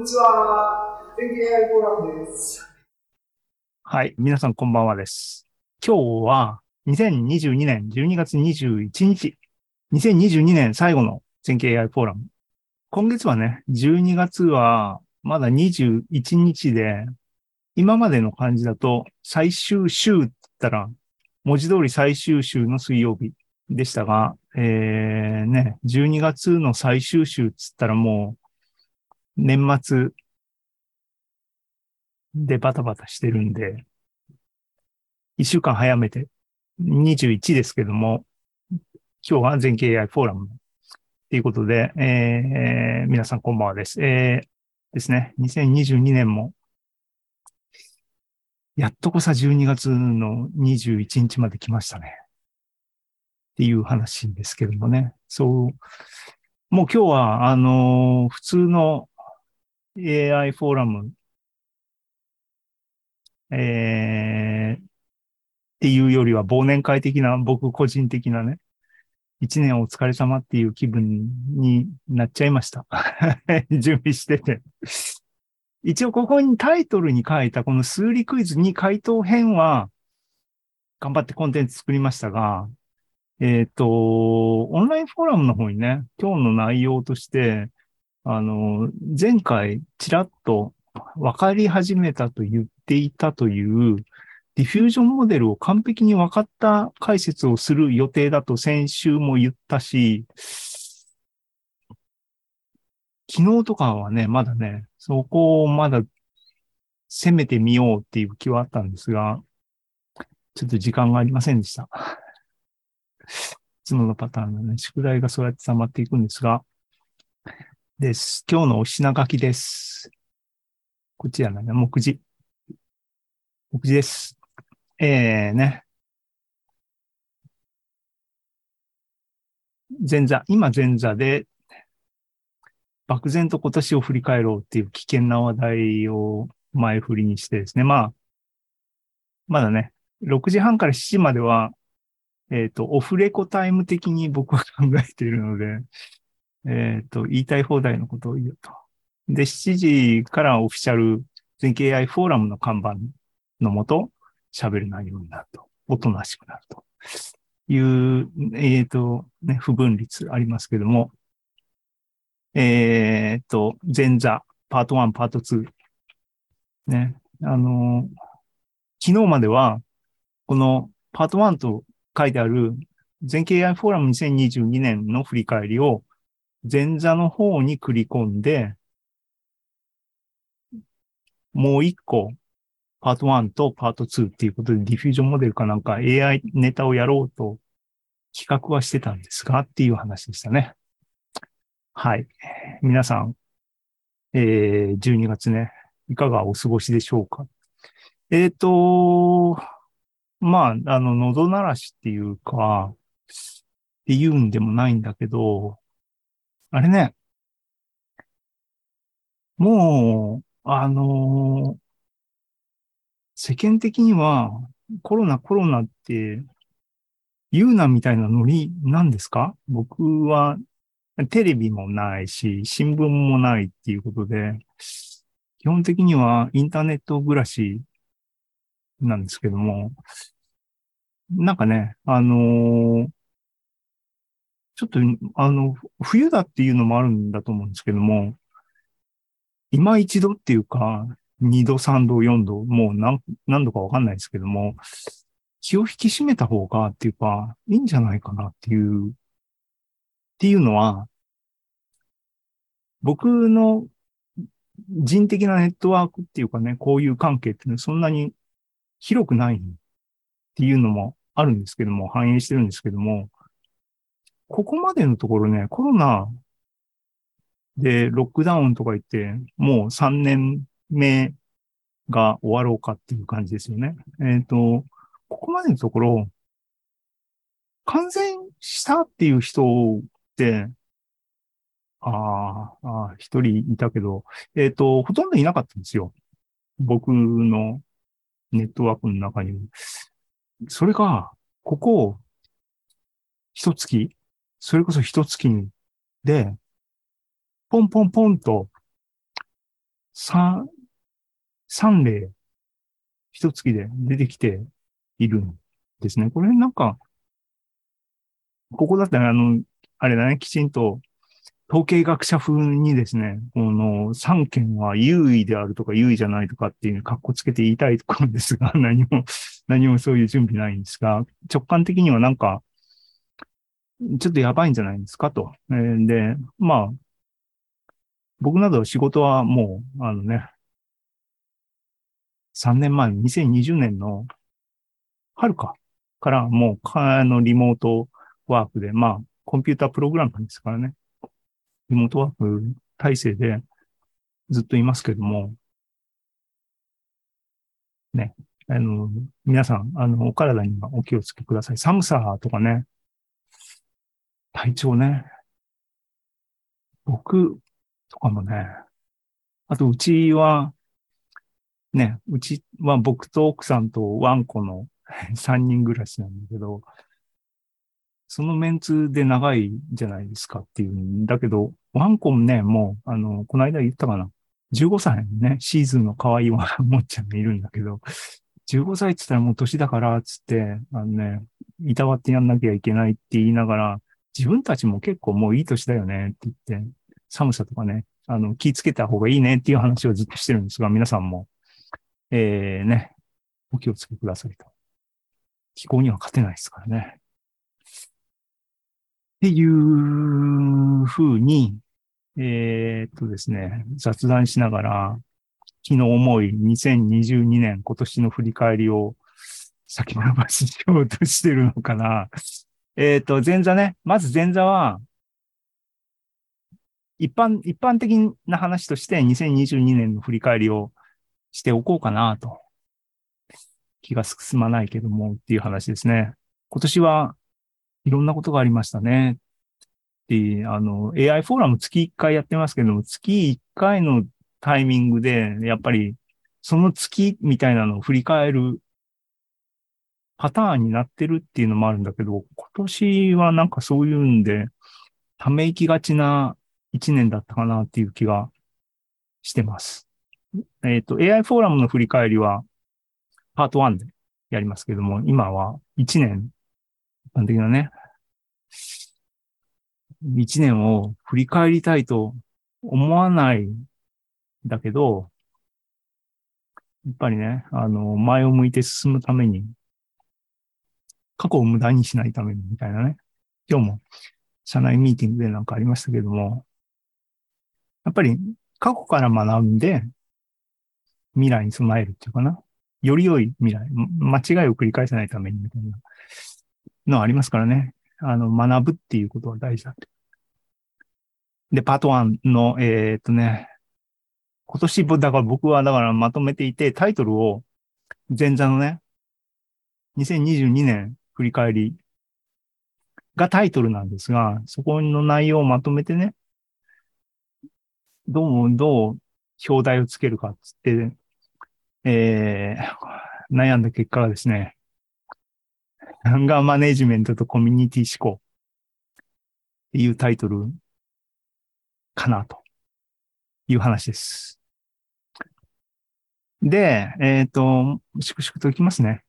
にちは。天気 AI フォーラムです。 はい。皆さんこんばんはです。今日は2022年12月21日。2022年最後の全景 AI フォーラム。今月はね、12月はまだ21日で、今までの感じだと最終週って言ったら、文字通り最終週の水曜日でしたが、12月の最終週って言ったらもう年末でバタバタしてるんで、1週間早めて21ですけども、今日は全景 AI フォーラムということで、皆さんこんばんはです。ですね。2022年も、やっとこさ12月の21日まで来ましたね。っていう話ですけどもね。そう、もう今日は、普通の AI フォーラム、っていうよりは忘年会的な、僕個人的なね、一年お疲れ様っていう気分になっちゃいました。準備してて。一応ここにタイトルに書いたこの数理クイズに回答編は頑張ってコンテンツ作りましたが、オンラインフォーラムの方にね、今日の内容として、前回ちらっと分かり始めたと言っていたというディフュージョンモデルを完璧に分かった解説をする予定だと先週も言ったし、昨日とかはね、まだね、そこをまだ攻めてみようっていう気はあったんですが、ちょっと時間がありませんでした。いつものパターンのね、宿題がそうやって溜まっていくんですが、です。今日のお品書きです。こっちやなね、目次。目次です。ね、今前座で、漠然と今年を振り返ろうっていう危険な話題を前振りにしてですね、まあ、まだね、6時半から7時までは、オフレコタイム的に僕は考えているので、言いたい放題のことを言うと。で、7時からオフィシャル全景 AI フォーラムの看板のもと、喋る内容になると。おとなしくなるという、ね、不分率ありますけども、前座、パート1、パート2、ね、昨日までは、このパート1と書いてある全景 AI フォーラム2022年の振り返りを前座の方に繰り込んで、もう一個、パート1とパート2っていうことで、ディフュージョンモデルかなんか AI ネタをやろうと企画はしてたんですがっていう話でしたね。はい。皆さん、12月ね、いかがお過ごしでしょうか。えっと、まあ、喉鳴らしっていうか、っていうんでもないんだけど、あれね、もう、世間的にはコロナって言うなみたいなノリなんですか？僕はテレビもないし、新聞もないっていうことで、基本的にはインターネット暮らしなんですけども、なんかね、ちょっと、冬だっていうのもあるんだと思うんですけども、今一度っていうか、二度、三度、四度、もう何度かわかんないですけども、気を引き締めた方がっていうか、いいんじゃないかなっていうのは、僕の人的なネットワークっていうかね、こういう関係っていうのはそんなに広くないっていうのもあるんですけども、反映してるんですけども、ここまでのところね、コロナでロックダウンとか言って、もう3年目が終わろうかっていう感じですよね。ここまでのところ、感染したっていう人って、一人いたけど、ほとんどいなかったんですよ。僕のネットワークの中にも。それが、ここ、一月、それこそ一月で、ポンポンポンと 3、3例、一月で出てきているんですね。これなんか、ここだったらあれだね、きちんと統計学者風にですね、この3件は優位であるとか優位じゃないとかっていう格好つけて言いたいところですが、何もそういう準備ないんですが、直感的にはなんか、ちょっとやばいんじゃないですかと。で、まあ、僕など仕事はもう、3年前、2020年の春からもう、リモートワークで、まあ、コンピュータープログラマーですからね、リモートワーク体制でずっといますけども、ね、あの、皆さん、お体にはお気をつけください。寒さとかね、体調ね、僕とかもね、あと、うちは僕と奥さんとワンコの3人暮らしなんだけど、そのメンツで長いじゃないですかっていうんだけど、ワンコもね、もう、この間言ったかな。15歳のね、シーズンの可愛いワンモッちゃんがいるんだけど、15歳って言ったらもう年だから、つって、いたわってやんなきゃいけないって言いながら、自分たちも結構もういい年だよねって言って、寒さとかね、気をつけた方がいいねっていう話をずっとしてるんですが、皆さんも、お気をつけくださいと。気候には勝てないですからね。っていうふうに、ですね、雑談しながら、昨日思い2022年今年の振り返りを先延ばししようとしてるのかな。前座ね。まず前座は、一般的な話として2022年の振り返りをしておこうかなと。気が進まないけどもっていう話ですね。今年はいろんなことがありましたね。で、AI フォーラム月1回やってますけども、月1回のタイミングで、やっぱり、その月みたいなのを振り返るパターンになってるっていうのもあるんだけど、今年はなんかそういうんで、ため息がちな1年だったかなっていう気がしてます。AI フォーラムの振り返りは、パート1でやりますけども、今は1年、一般的なね、1年を振り返りたいと思わないんだけど、やっぱりね、前を向いて進むために、過去を無駄にしないためにみたいなね。今日も社内ミーティングでなんかありましたけども、やっぱり過去から学んで未来に備えるっていうかな。より良い未来、間違いを繰り返さないためにみたいなのはありますからね。学ぶっていうことは大事だって。で、パート1の、今年、だから僕はだからまとめていて、タイトルを前座のね、2022年振り返りがタイトルなんですが、そこの内容をまとめてね、どう表題をつけるかっつって、悩んだ結果がですね、ハンガーマネジメントとコミュニティ思考っていうタイトルかなという話です。で、粛々といきますね。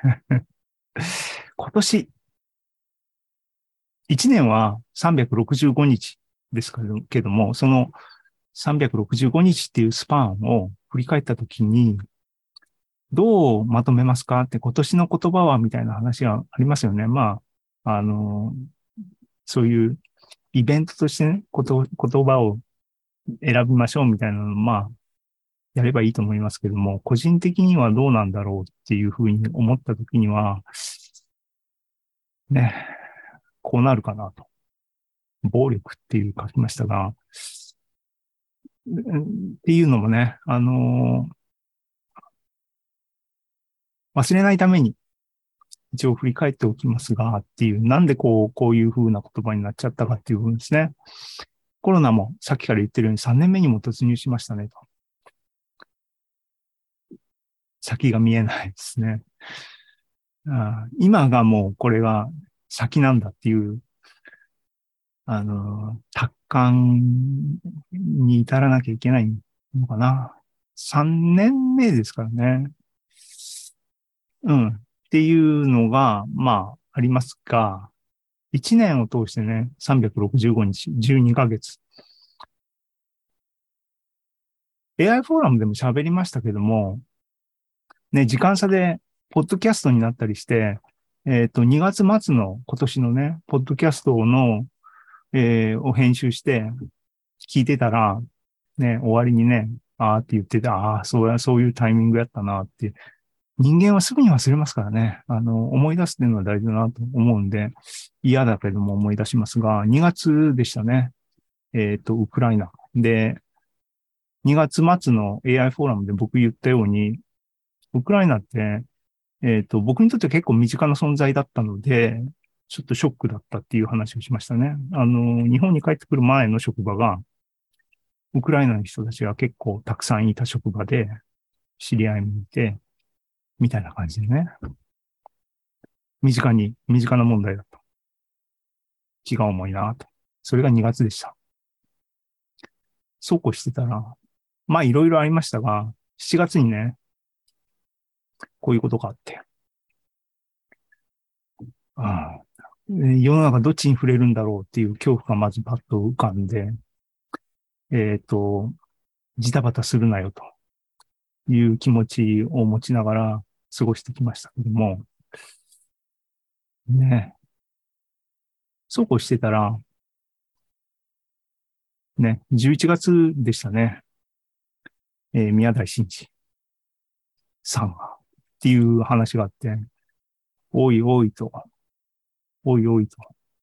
今年、1年は365日ですけども、その365日っていうスパンを振り返ったときに、どうまとめますかって今年の言葉はみたいな話がありますよね。まあ、そういうイベントとしてね、言葉を選びましょうみたいなのを、まあ、やればいいと思いますけども、個人的にはどうなんだろうっていうふうに思ったときには、ね、こうなるかなと。暴力っていう書きましたが、っていうのもね、忘れないために一応振り返っておきますが、っていう、なんでこういう風な言葉になっちゃったかっていう部分ですね。コロナもさっきから言ってるように3年目にも突入しましたねと。先が見えないですね。今がもうこれが先なんだっていう、達観に至らなきゃいけないのかな。 3年目ですからね。うん。っていうのが、まあ、ありますが、1年を通してね、365日、12ヶ月。AI フォーラムでも喋りましたけども、ね、時間差で、ポッドキャストになったりして、2月末の今年のね、ポッドキャストの、を編集して聞いてたら、ね、終わりにね、あーって言ってた、ああ、そういうタイミングやったなって。人間はすぐに忘れますからね。思い出すっていうのは大事だなと思うんで、嫌だけども思い出しますが、2月でしたね。ウクライナ。で、2月末の AI フォーラムで僕言ったように、ウクライナって、僕にとっては結構身近な存在だったので、ちょっとショックだったっていう話をしましたね。日本に帰ってくる前の職場が、ウクライナの人たちが結構たくさんいた職場で、知り合いもいて、みたいな感じでね。身近な問題だった。気が重いなと。それが2月でした。そうこうしてたら、まあいろいろありましたが、7月にね、こういうことがあって、ああ、世の中どっちに触れるんだろうっていう恐怖がまずパッと浮かんで、えっと、ジタバタするなよという気持ちを持ちながら過ごしてきましたけども、ね、そうこうしてたら、ね、11月でしたね、宮台真司さんがっていう話があって、おいおいと、おいおいと、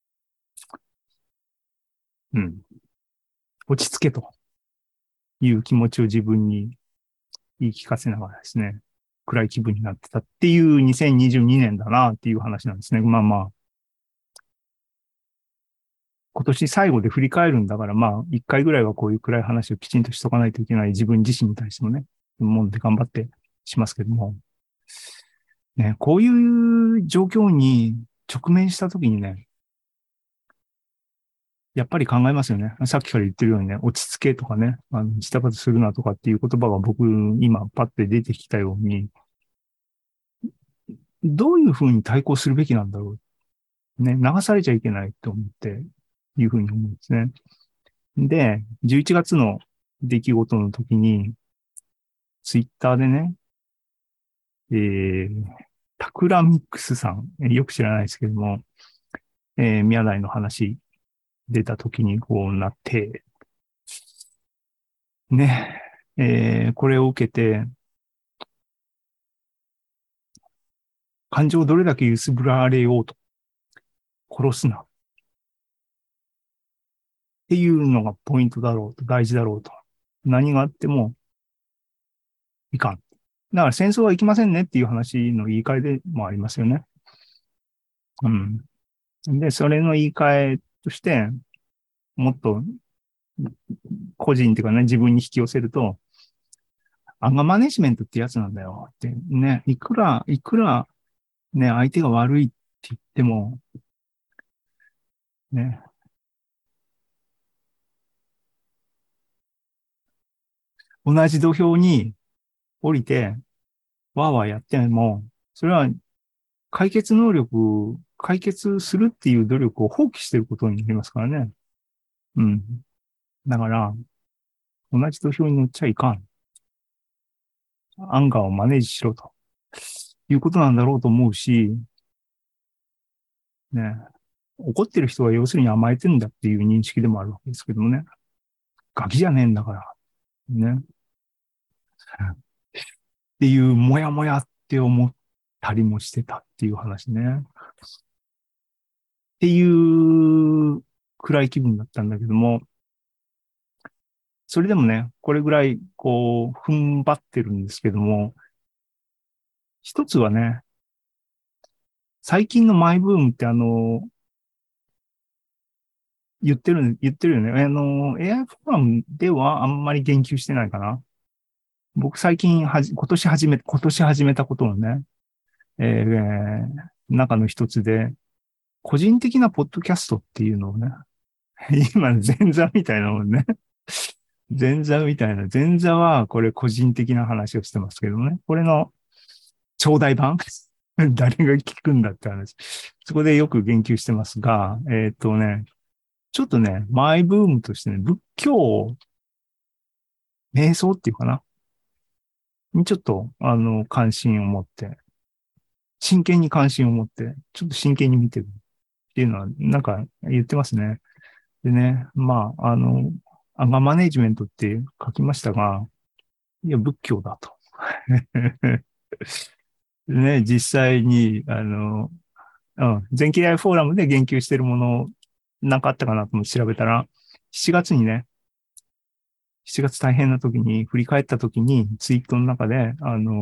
うん、落ち着けという気持ちを自分に言い聞かせながらですね、暗い気分になってたっていう2022年だなっていう話なんですね。まあまあ、今年最後で振り返るんだから、まあ、一回ぐらいはこういう暗い話をきちんとしとかないといけない自分自身に対してもね、もんで頑張ってしますけども、ね、こういう状況に直面したときにね、やっぱり考えますよね。さっきから言ってるようにね、落ち着けとかね、自タバタするなとかっていう言葉が僕、今パッて出てきたように、どういうふうに対抗するべきなんだろう。ね、流されちゃいけないと思って、いうふうに思うんですね。で、11月の出来事の時に、ツイッターでね、えー、タクラミックスさん、よく知らないですけども、宮台の話出た時にこうなって、ね、これを受けて、感情をどれだけ揺すぶられようと、殺すなっていうのがポイントだろうと、大事だろうと。何があってもいかん。だから戦争は行きませんねっていう話の言い換えでもありますよね。うん。で、それの言い換えとして、もっと個人っていうかね、自分に引き寄せると、アンガーマネジメントってやつなんだよって。ね、いくらね、相手が悪いって言っても、ね、同じ土俵に降りて、わーわーやっても、それは解決するっていう努力を放棄していることになりますからね。うん。だから、同じ土俵に乗っちゃいかん。アンガーをマネージしろということなんだろうと思うし、ね、怒ってる人は要するに甘えてんだっていう認識でもあるわけですけどもね。ガキじゃねえんだから。ね。っていうもやもやって思ったりもしてたっていう話ね。っていう暗い気分だったんだけども、それでもね、これぐらいこう踏ん張ってるんですけども、一つはね、最近のマイブームって言ってるよね。AI フォーラムではあんまり言及してないかな。僕最近今年始めたことのね、中の一つで、個人的なポッドキャストっていうのをね、今前座みたいなのをね、 前座みたいな。前座はこれ個人的な話をしてますけどね。これの長大版誰が聞くんだって話。そこでよく言及してますが、ちょっとね、マイブームとしてね、仏教、瞑想っていうかな。にちょっと、関心を持って、真剣に関心を持って、ちょっと真剣に見てるっていうのは、なんか言ってますね。でね、まあ、アンガーマネジメントって書きましたが、いや、仏教だと。ね、実際に、全経 AI フォーラムで言及しているもの、なんかあったかなと思って調べたら、7月にね、7月大変な時に、振り返った時に、ツイートの中で、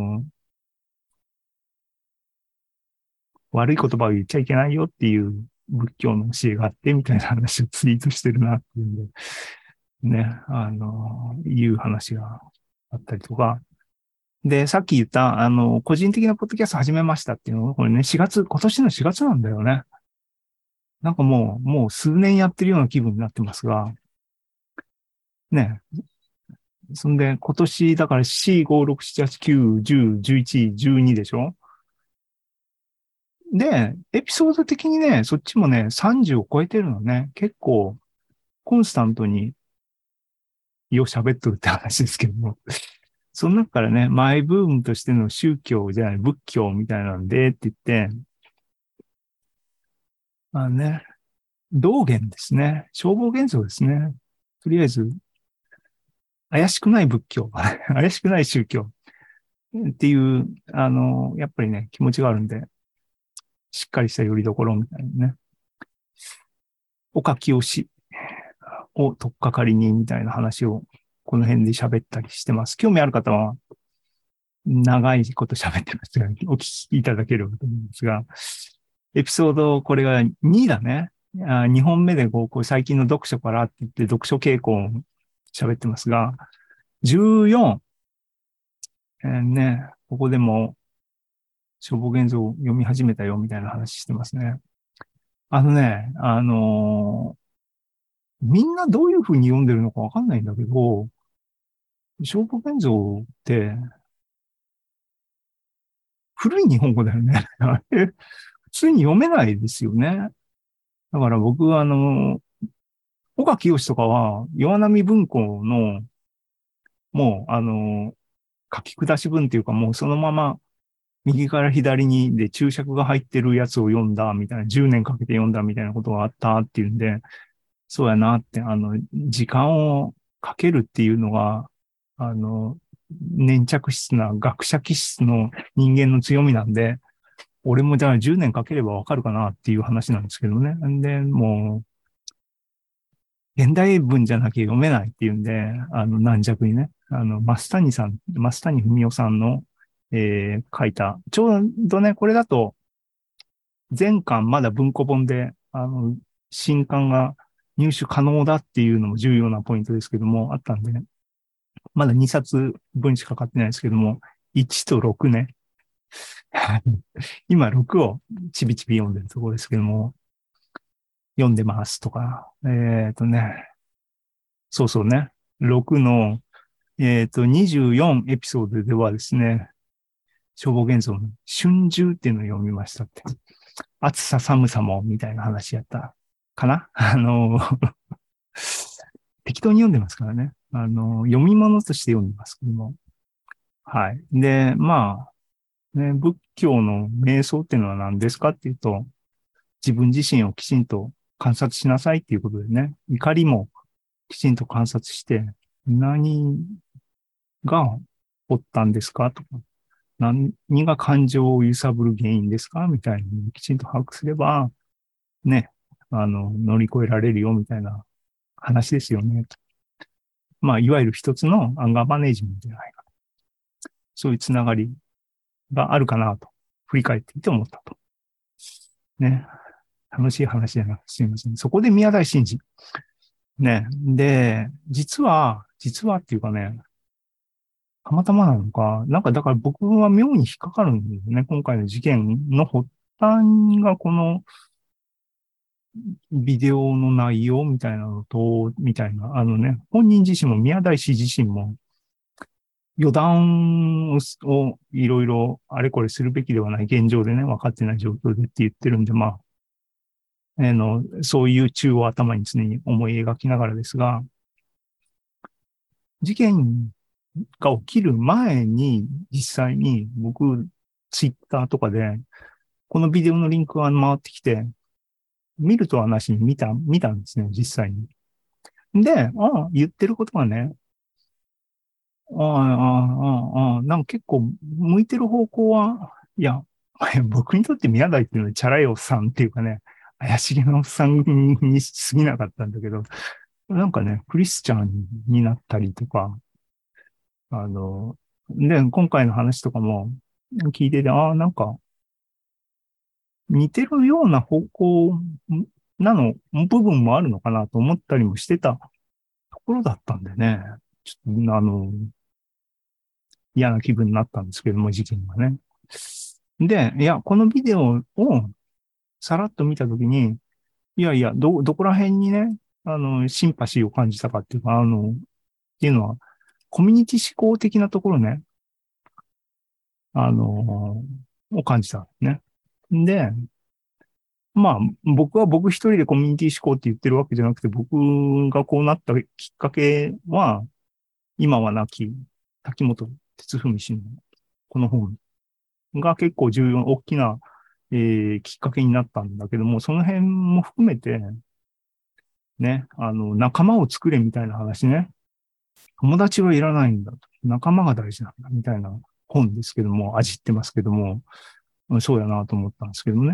悪い言葉を言っちゃいけないよっていう仏教の教えがあって、みたいな話をツイートしてるなっていうんで、ね、いう話があったりとか。で、さっき言った、個人的なポッドキャスト始めましたっていうのは、これね、4月、今年の4月なんだよね。なんかもう数年やってるような気分になってますが、ね。そんで、今年、だから4、5、6、7、8、9、10、11、12でしょ。で、エピソード的にね、そっちもね、30を超えてるのね。結構、コンスタントによう喋っとるって話ですけども。その中からね、マイブームとしての宗教じゃない、仏教みたいなんでって言って、まあね、道元ですね。消防現象ですね。とりあえず、怪しくない仏教、怪しくない宗教っていう、やっぱりね、気持ちがあるんで、しっかりした拠り所みたいなね。岡清を取っかかりにみたいな話をこの辺で喋ったりしてます。興味ある方は長いこと喋ってますが、お聞きいただければと思うんですが、エピソード、これが2だね。2本目でこう最近の読書からって言って読書傾向を喋ってますが、14、ね、ここでも消防現像を読み始めたよみたいな話してますね。あのね、みんなどういうふうに読んでるのかわかんないんだけど、消防現像って古い日本語だよね。あれ、普通に読めないですよね。だから僕は岡清とかは、岩波文庫の、もう、書き下し文っていうか、もうそのまま、右から左にで注釈が入ってるやつを読んだみたいな、10年かけて読んだみたいなことがあったっていうんで、そうやなって、時間をかけるっていうのが、あの、粘着質な学者気質の人間の強みなんで、俺もじゃあ10年かければわかるかなっていう話なんですけどね。んで、もう、現代文じゃなきゃ読めないっていうんで、軟弱にね、増谷文夫さんの、書いた、ちょうどね、これだと、前巻まだ文庫本で、新刊が入手可能だっていうのも重要なポイントですけども、あったんでね、まだ2冊分しか買ってないですけども、1と6ね。今6をちびちび読んでるところですけども、読んでますとか、そうそうね、6の、24エピソードではですね、消防現像の春秋っていうのを読みましたって。暑さ寒さもみたいな話やったかな。適当に読んでますからね。読み物として読んでますけども。はい。で、まあ、ね、仏教の瞑想っていうのは何ですかっていうと、自分自身をきちんと観察しなさいっていうことでね、怒りもきちんと観察して、何が起ったんですかとか、何が感情を揺さぶる原因ですかみたいにきちんと把握すれば、ね、乗り越えられるよみたいな話ですよね。まあ、いわゆる一つのアンガーマネジメントじゃないか。そういうつながりがあるかなと、振り返っていて思ったと。ね。楽しい話じゃなくてすみません。そこで宮台真司。ね。で、実はっていうかね、たまたまなのか、なんかだから僕は妙に引っかかるんですよね。今回の事件の発端がこのビデオの内容みたいなのと、みたいな、本人自身も、宮台氏自身も、予断をいろいろあれこれするべきではない現状でね、分かってない状況でって言ってるんで、まあ、そういう中を頭に常に思い描きながらですが、事件が起きる前に、実際に僕、ツイッターとかで、このビデオのリンクが回ってきて、見るとはなしに見たんですね、実際に。で、言ってることがね、なんか結構向いてる方向は、いや、僕にとって宮台っていうのはチャラいおっさんっていうかね、怪しげなおっさんに過ぎなかったんだけど、なんかね、クリスチャンになったりとか、あの、で、今回の話とかも聞いてて、なんか似てるような方向部分もあるのかなと思ったりもしてたところだったんでね、ちょっと、嫌な気分になったんですけども、事件がね。で、いや、このビデオをさらっと見たときに、いやいや、どこら辺にね、シンパシーを感じたかっていうか、っていうのは、コミュニティ思考的なところね、を感じたんですね。で、まあ、僕は僕一人でコミュニティ思考って言ってるわけじゃなくて、僕がこうなったきっかけは、今は亡き滝本哲文氏のこの本が結構重要、大きな、きっかけになったんだけども、その辺も含めて、ね、仲間を作れみたいな話ね。友達はいらないんだと。仲間が大事なんだみたいな本ですけども、味ってますけども、そうやなと思ったんですけどね。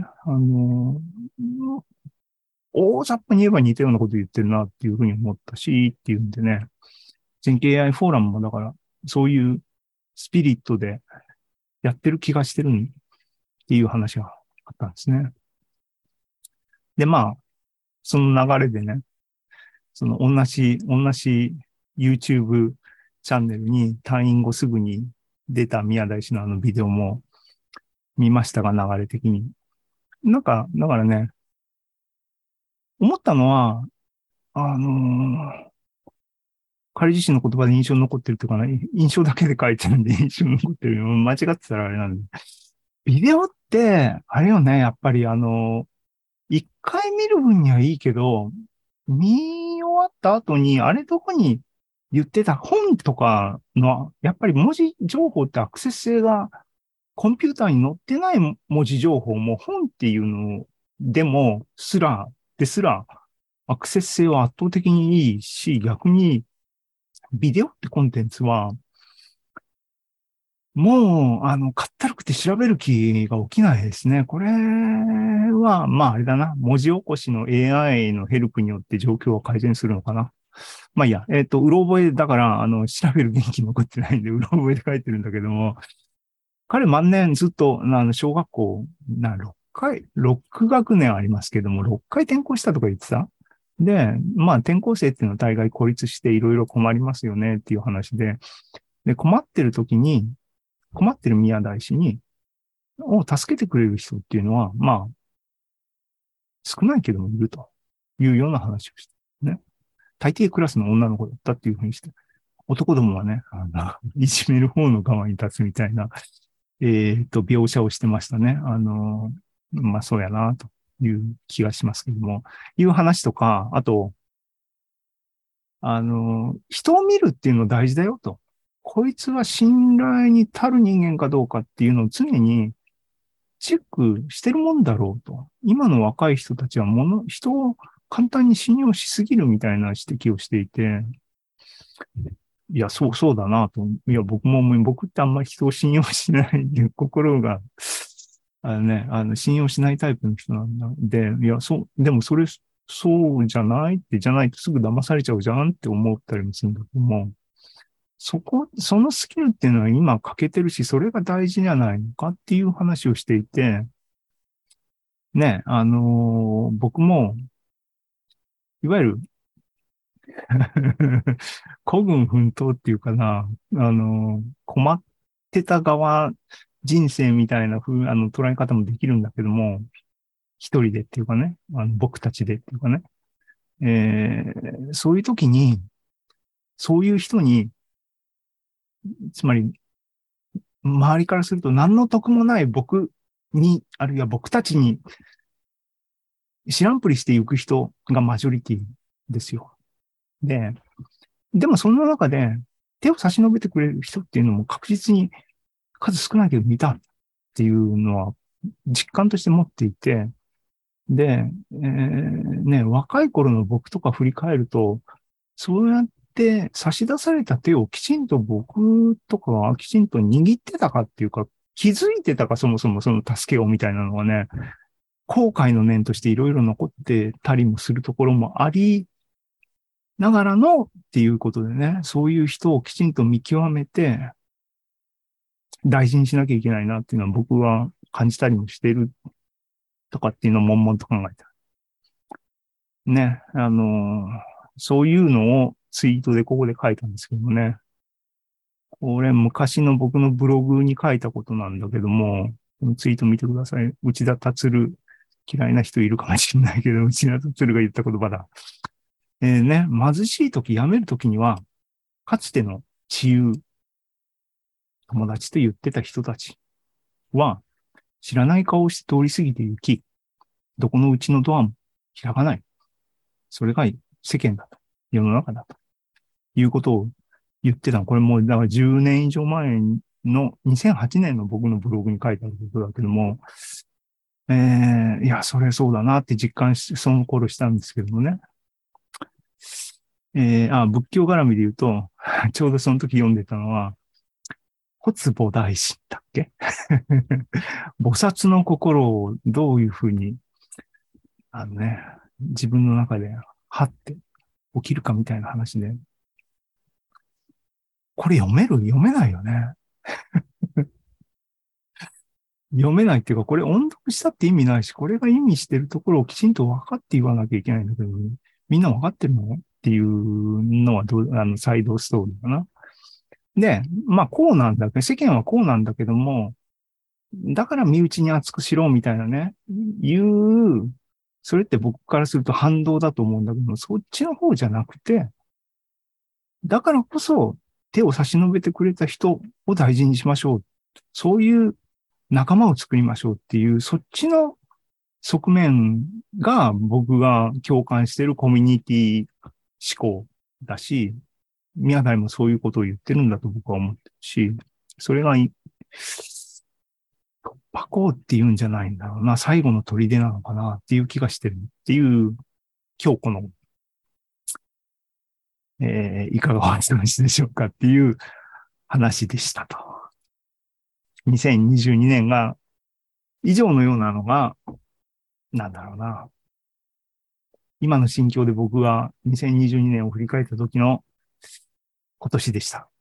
大雑把に言えば似たようなこと言ってるなっていうふうに思ったし、っていうんでね。全経 AI フォーラムもだから、そういうスピリットでやってる気がしてるっていう話があったんですね。で、まあ、その流れでね、その同じ YouTube チャンネルに退院後すぐに出た宮台氏のあのビデオも見ましたが、流れ的に。なんか、だからね、思ったのは、あの彼自身の言葉で印象に残ってるというかな、印象だけで書いてるんで印象に残ってる。間違ってたらあれなんで。ビデオって、あれよね、やっぱり一回見る分にはいいけど、見終わった後に、あれどこに言ってた本とかの、やっぱり文字情報ってアクセス性がコンピューターに載ってない文字情報も本っていうのでもですら、アクセス性は圧倒的にいいし、逆にビデオってコンテンツは、もう、かったるくて調べる気が起きないですね。これは、まあ、あれだな。文字起こしの AI のヘルプによって状況を改善するのかな。まあいいや、うろ覚えだから、調べる元気残ってないんで、うろ覚えで書いてるんだけども、彼万年ずっと、小学校、6学年ありますけども、6回転校したとか言ってた。で、まあ、転校生っていうのは大概孤立していろいろ困りますよねっていう話で、で、困ってる宮台氏を助けてくれる人っていうのは、まあ、少ないけどもいるというような話をして、ね。大抵クラスの女の子だったっていうふうにして、男どもはね、いじめる方の側に立つみたいな、描写をしてましたね。まあ、そうやな、という気がしますけども、いう話とか、あと、人を見るっていうの大事だよと。こいつは信頼に足る人間かどうかっていうのを常にチェックしてるもんだろうと。今の若い人たちは人を簡単に信用しすぎるみたいな指摘をしていて、いや、そうだなと。いや、僕ってあんまり人を信用しないで、心が、信用しないタイプの人なんだ。で、いや、でもそうじゃないじゃないとすぐ騙されちゃうじゃんって思ったりもするんだけども、そのスキルっていうのは今欠けてるし、それが大事じゃないのかっていう話をしていて、ね、僕も、いわゆる孤軍奮闘っていうかな、困ってた側人生みたいな捉え方もできるんだけども、 一人でっていうかね、僕たちでっていうかね、そういう時に、そういう人に、つまり、周りからすると何の得もない僕に、あるいは僕たちに知らんぷりしていく人がマジョリティですよ。でもそんな中で手を差し伸べてくれる人っていうのも確実に数少ないけど見たっていうのは実感として持っていて、で、ね、若い頃の僕とか振り返ると、そうやって差し出された手をきちんと僕とかはきちんと握ってたかっていうか、気づいてたかそもそもその助けをみたいなのがね、後悔の念としていろいろ残ってたりもするところもありながらのっていうことでね、そういう人をきちんと見極めて大事にしなきゃいけないなっていうのは僕は感じたりもしているとかっていうのを悶々と考えてる。ね、そういうのをツイートでここで書いたんですけどもね。これ昔の僕のブログに書いたことなんだけども、このツイート見てください。内田達嫌いな人いるかもしれないけど、内田達が言った言葉だ。ね、貧しい時、辞める時には、かつての知友、友達と言ってた人たちは、知らない顔をして通り過ぎて行き、どこのうちのドアも開かない。それが世間だと。世の中だと。いうことを言ってたの。これもう、だから10年以上前の2008年の僕のブログに書いてあることだけども、いや、それそうだなって実感し、その頃したんですけどもね。仏教絡みで言うと、ちょうどその時読んでたのは、骨母大師だっけ菩薩の心をどういうふうに、自分の中で、はって起きるかみたいな話で、これ読めないよね。読めないっていうか、これ音読したって意味ないし、これが意味してるところをきちんと分かって言わなきゃいけないんだけど、みんな分かってるのっていうのはサイドストーリーかな。で、まあこうなんだけど、世間はこうなんだけども、だから身内に熱くしろみたいなね、それって僕からすると反動だと思うんだけど、そっちの方じゃなくて、だからこそ手を差し伸べてくれた人を大事にしましょう。そういう仲間を作りましょうっていう、そっちの側面が僕が共感しているコミュニティ思考だし、宮台もそういうことを言ってるんだと僕は思ってるし、それが突破口っていうんじゃないんだろうな、最後の砦なのかなっていう気がしてるっていう、今日この、いかがお過ごしでしょうかっていう話でしたと。2022年が以上のようなのが、なんだろうな。今の心境で僕が2022年を振り返った時の今年でした。